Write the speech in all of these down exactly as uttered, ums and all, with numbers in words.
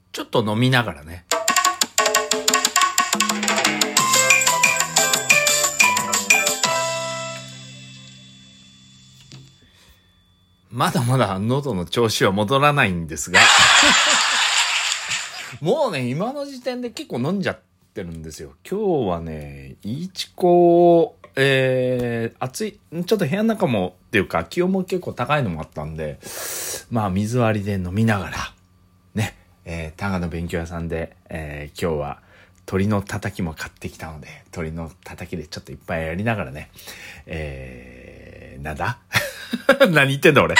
ちょっと飲みながらね。まだまだ喉の調子は戻らないんですがもうね、今の時点で結構飲んじゃってるんですよ。今日はね、いちこ、えー、暑い、ちょっと部屋の中もっていうか気温も結構高いのもあったんで、まあ水割りで飲みながらね、えー、タガの勉強屋さんで、えー、今日は鶏のたたきも買ってきたので、鶏のたたきでちょっといっぱいやりながらね、えー、なんだ何言ってんだ俺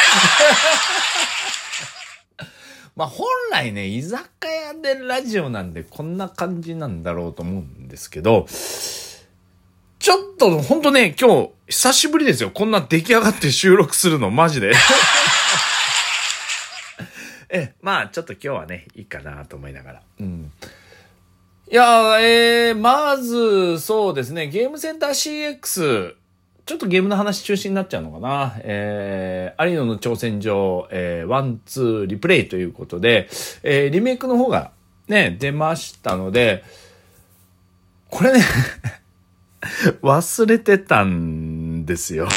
まあ本来ね、居酒屋でラジオなんでこんな感じなんだろうと思うんですけど、ちょっとほんとね、今日久しぶりですよ。こんな出来上がって収録するのマジでえ、まあちょっと今日はね、いいかなと思いながら。うん。いや、えー、まずそうですね、ゲームセンター シーエックス、ちょっとゲームの話中心になっちゃうのかな。えー、有野の挑戦状、えー、ワン、ツー、リプレイということで、えー、リメイクの方がね、出ましたので、これね、忘れてたんですよ。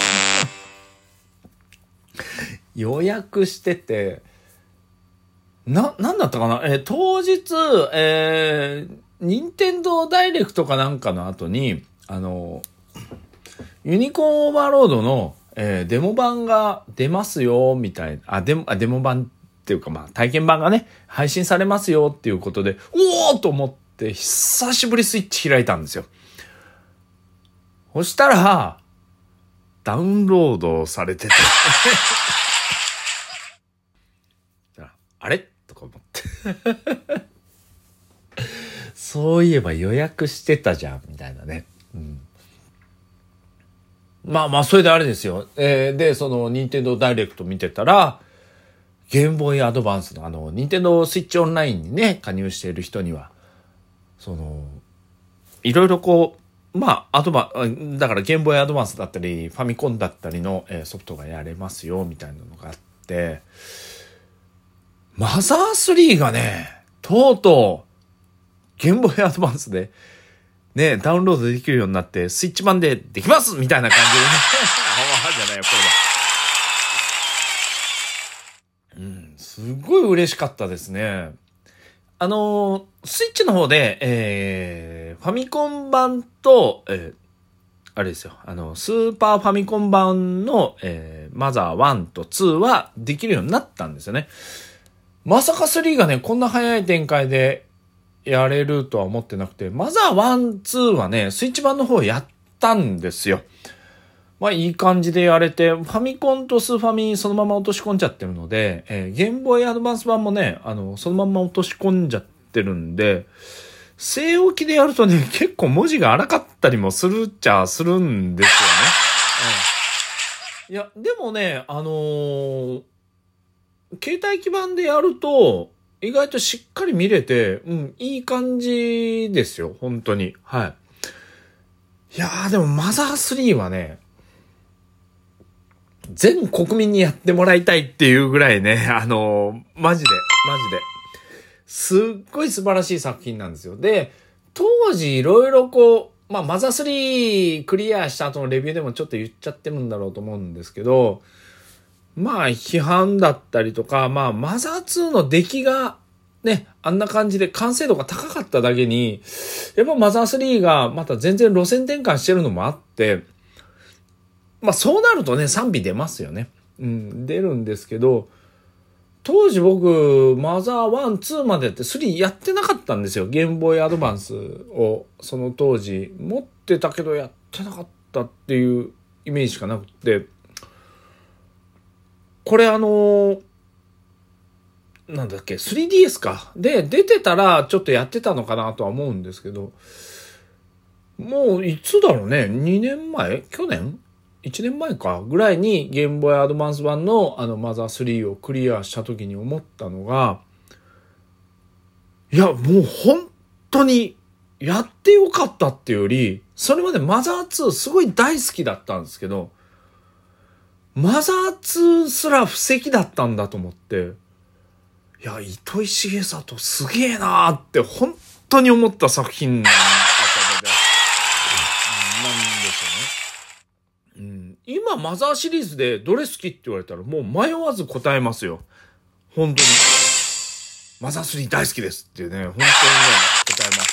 予約してて、な、なんだったかな、えー、当日、えー、任天堂ダイレクトかなんかの後に、あの、ユニコーンオーバーロードの、えー、デモ版が出ますよ、みたいな、あ、デモ、あ、デモ版っていうかまあ体験版がね、配信されますよっていうことで、おーと思って久しぶりスイッチ開いたんですよ。そしたら、ダウンロードされてて。あれとか思って。そういえば予約してたじゃん、みたいなね。うん、まあまあ、それであれですよ。えー、で、その、ニンテンドーダイレクト見てたら、ゲームボーイアドバンスのあの、ニンテンドースイッチオンラインにね、加入している人には、その、いろいろこう、まあ、アドバン、だからゲームボーイアドバンスだったり、ファミコンだったりの、えー、ソフトがやれますよ、みたいなのがあって、マザースリーがね、とうとう、ゲームボーイアドバンスで、ね、ダウンロードできるようになって、スイッチ版でできますみたいな感じでね。じゃないよ、これは。うん、すごい嬉しかったですね。あの、スイッチの方で、えー、ファミコン版と、えー、あれですよ、あの、スーパーファミコン版の、えー、マザーワンとツーはできるようになったんですよね。まさかスリーがね、こんな早い展開でやれるとは思ってなくて、マザーワン、ツーはね、スイッチ版の方やったんですよ。まあいい感じでやれて、ファミコンとスーファミそのまま落とし込んじゃってるので、えー、ゲームボーイアドバンス版もね、あの、そのまま落とし込んじゃってるんで、据え置きでやるとね、結構文字が荒かったりもするっちゃするんですよね。うん、いや、でもね、あのー、携帯基盤でやると、意外としっかり見れて、うん、いい感じですよ、本当に。はい。いやー、でもマザースリーはね、全国民にやってもらいたいっていうぐらいね、あのー、マジで、マジで。すっごい素晴らしい作品なんですよ。で、当時いろいろこう、まあ、マザースリークリアした後のレビューでもちょっと言っちゃってるんだろうと思うんですけど、まあ、批判だったりとか、まあ、マザーツーの出来が、ね、あんな感じで完成度が高かっただけに、やっぱマザースリーがまた全然路線転換してるのもあって、まあそうなるとね、賛否出ますよね。うん、出るんですけど、当時僕、マザーワン、ツーまでってスリーやってなかったんですよ。ゲームボーイアドバンスをその当時持ってたけどやってなかったっていうイメージしかなくて、これあのー、なんだっけ スリーディーエス かで出てたらちょっとやってたのかなとは思うんですけど、もういつだろうね、にねんまえ去年いちねんまえかぐらいにゲームボーイアドバンス版のあのマザースリーをクリアした時に思ったのが、いやもう本当にやってよかったっていうより、それまでマザーツーすごい大好きだったんですけど、マザーツーすら布石だったんだと思って、 いや、糸井重里すげえなーって本当に思った作品なんですよね。うん、今マザーシリーズでどれ好きって言われたらもう迷わず答えますよ。本当に。マザースリー大好きですってね、本当にね、答えます。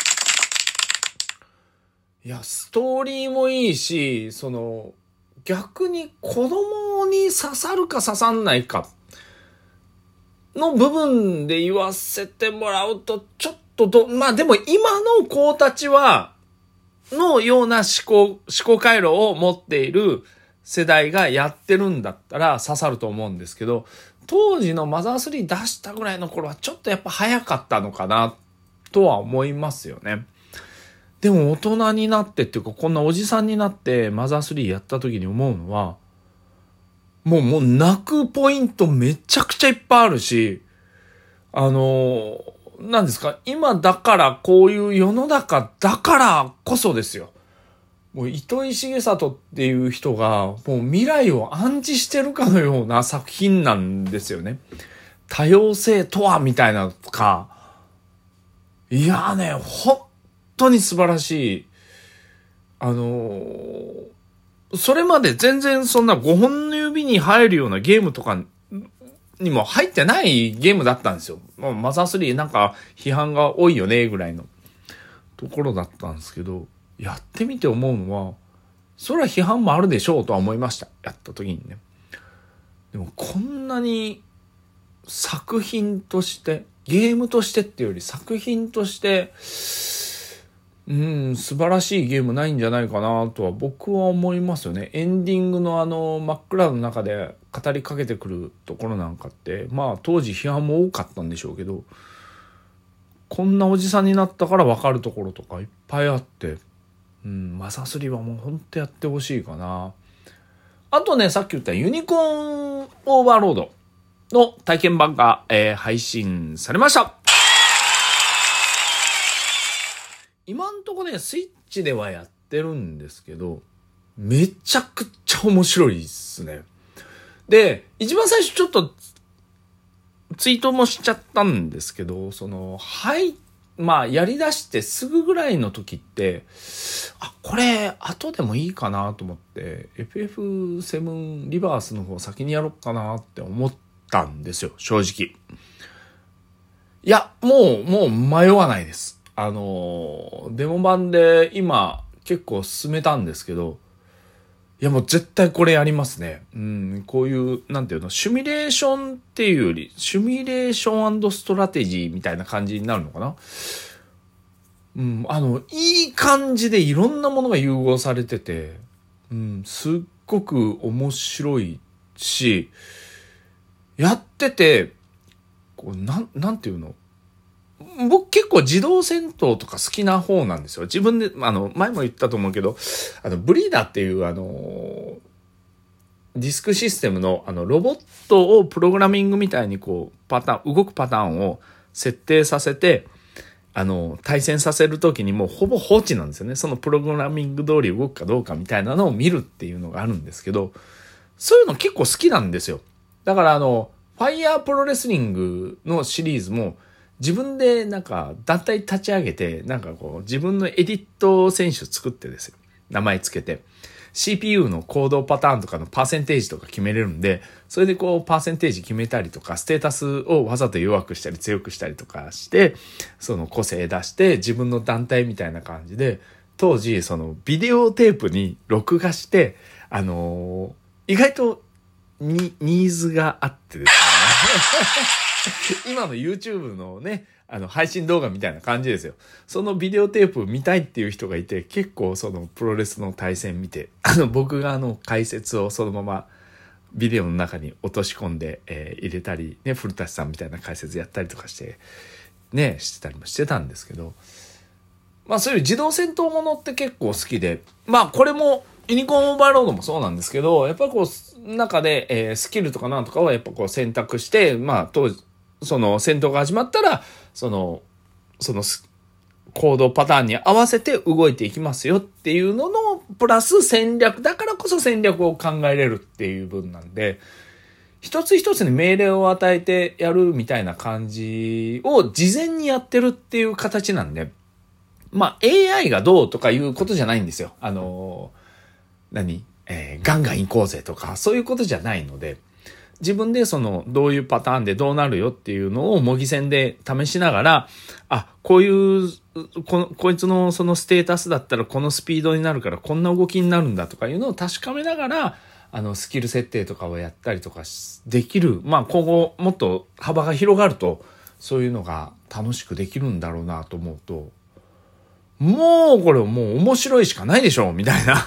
いや、ストーリーもいいし、その、逆に子供に刺さるか刺さんないかの部分で言わせてもらうと、ちょっとど、まあでも今の子たちは、のような思考、思考回路を持っている世代がやってるんだったら刺さると思うんですけど、当時のマザースリー出したぐらいの頃はちょっとやっぱ早かったのかなとは思いますよね。でも大人になってっていうか、こんなおじさんになってマザースリーやった時に思うのは、もうもう泣くポイントめちゃくちゃいっぱいあるし、あの、何ですか、今だからこういう世の中だからこそですよ。もう糸井重里っていう人がもう未来を暗示してるかのような作品なんですよね。多様性とはみたいなのとか、いやーね、本当に素晴らしい。あのー、それまで全然そんなごほんの指に入るようなゲームとかにも入ってないゲームだったんですよ。マザースリーなんか批判が多いよねぐらいのところだったんですけど、やってみて思うのは、それは批判もあるでしょうとは思いました。やった時にね。でもこんなに作品として、ゲームとしてっていうより作品として、うん、素晴らしいゲームないんじゃないかなとは僕は思いますよね。エンディングのあの真っ暗の中で語りかけてくるところなんかって、まあ当時批判も多かったんでしょうけど、こんなおじさんになったから分かるところとかいっぱいあって、うん、マザースリーはもうほんとやってほしいかな。あとね、さっき言ったユニコーンオーバーロードの体験版が、えー、配信されました。今んとこね、スイッチではやってるんですけど、めちゃくちゃ面白いっすね。で、一番最初ちょっとツイートもしちゃったんですけど、その、はい、まあ、やり出してすぐぐらいの時って、あ、これ、後でもいいかなと思って、エフエフセブン リバースの方先にやろうかなって思ったんですよ、正直。いや、もう、もう迷わないです。あの、デモ版で今結構進めたんですけど、いやもう絶対これやりますね。うん、こういう、なんていうの、シミュレーションっていうより、シミュレーション&ストラテジーみたいな感じになるのかな。うん、あの、いい感じでいろんなものが融合されてて、うん、すっごく面白いし、やってて、こう、なん、なんていうの、僕結構自動戦闘とか好きな方なんですよ。自分で、あの、前も言ったと思うけど、あの、ブリーダーっていう、あの、ディスクシステムの、あの、ロボットをプログラミングみたいにこう、パターン、動くパターンを設定させて、あの、対戦させるときにもうほぼ放置なんですよね。そのプログラミング通り動くかどうかみたいなのを見るっていうのがあるんですけど、そういうの結構好きなんですよ。だからあの、ファイヤープロレスリングのシリーズも、自分でなんか団体立ち上げて、なんかこう自分のエディット選手作ってですよ。名前つけて。シーピーユー の行動パターンとかのパーセンテージとか決めれるんで、それでこうパーセンテージ決めたりとか、ステータスをわざと弱くしたり強くしたりとかして、その個性出して自分の団体みたいな感じで、当時そのビデオテープに録画して、あのー、意外とにニーズがあってですね。今の YouTube のね、あの配信動画みたいな感じですよ。そのビデオテープ見たいっていう人がいて、結構そのプロレスの対戦見て、あの僕があの解説をそのままビデオの中に落とし込んで、えー、入れたり、ね、古舘さんみたいな解説やったりとかして、ね、してたりもしてたんですけど、まあそういう自動戦闘ものって結構好きで、まあこれもユニコーンオーバーロードもそうなんですけど、やっぱりこう、中で、えー、スキルとかなんとかはやっぱこう選択して、まあ当時、その戦闘が始まったら、その、その行動パターンに合わせて動いていきますよっていうのの、プラス戦略、だからこそ戦略を考えれるっていう分なんで、 一つ一つに命令を与えてやるみたいな感じを事前にやってるっていう形なんで、まあ エーアイ がどうとかいうことじゃないんですよ。あの、何、えー、ガンガン行こうぜとか、そういうことじゃないので、自分でその、どういうパターンでどうなるよっていうのを模擬戦で試しながら、あ、こういう、この、こいつのそのステータスだったらこのスピードになるからこんな動きになるんだとかいうのを確かめながら、あの、スキル設定とかをやったりとかできる。まあ、今後もっと幅が広がると、そういうのが楽しくできるんだろうなと思うと、もうこれもう面白いしかないでしょみたいな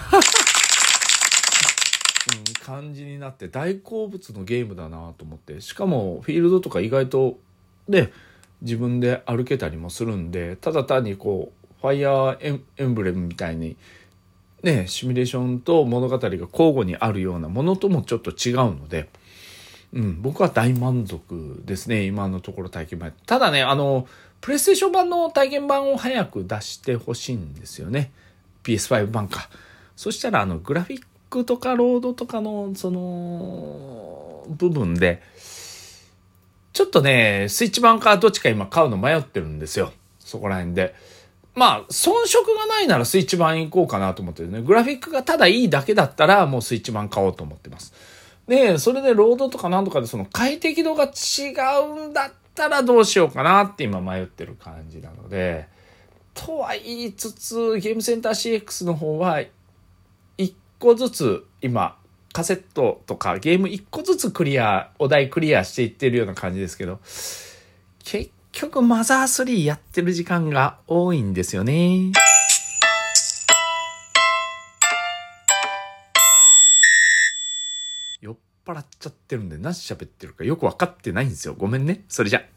感じになって大好物のゲームだなと思って、しかもフィールドとか意外とで自分で歩けたりもするんで、ただ単にこうファイヤーエンブレムみたいにね、シミュレーションと物語が交互にあるようなものともちょっと違うので、うん、僕は大満足ですね、今のところ体験版。ただね、あのプレイステーション版の体験版を早く出してほしいんですよね。 ピーエスファイブ 版か。そしたらあのグラフィックとかロードとかのその部分でちょっとね、スイッチ版かどっちか今買うの迷ってるんですよ、そこら辺で。まあ遜色がないならスイッチ版行こうかなと思ってるね。グラフィックがただいいだけだったらもうスイッチ版買おうと思ってます。でそれでロードとかなんとかでその快適度が違うんだったらどうしようかなって今迷ってる感じなので、とは言いつつゲームセンター シーエックス の方はいっこずつ今カセットとかゲームいっこずつクリア、お題クリアしていってるような感じですけど、結局マザースリーやってる時間が多いんですよね。酔っ払っちゃってるんで何喋ってるかよくわかってないんですよ。ごめんね。それじゃ。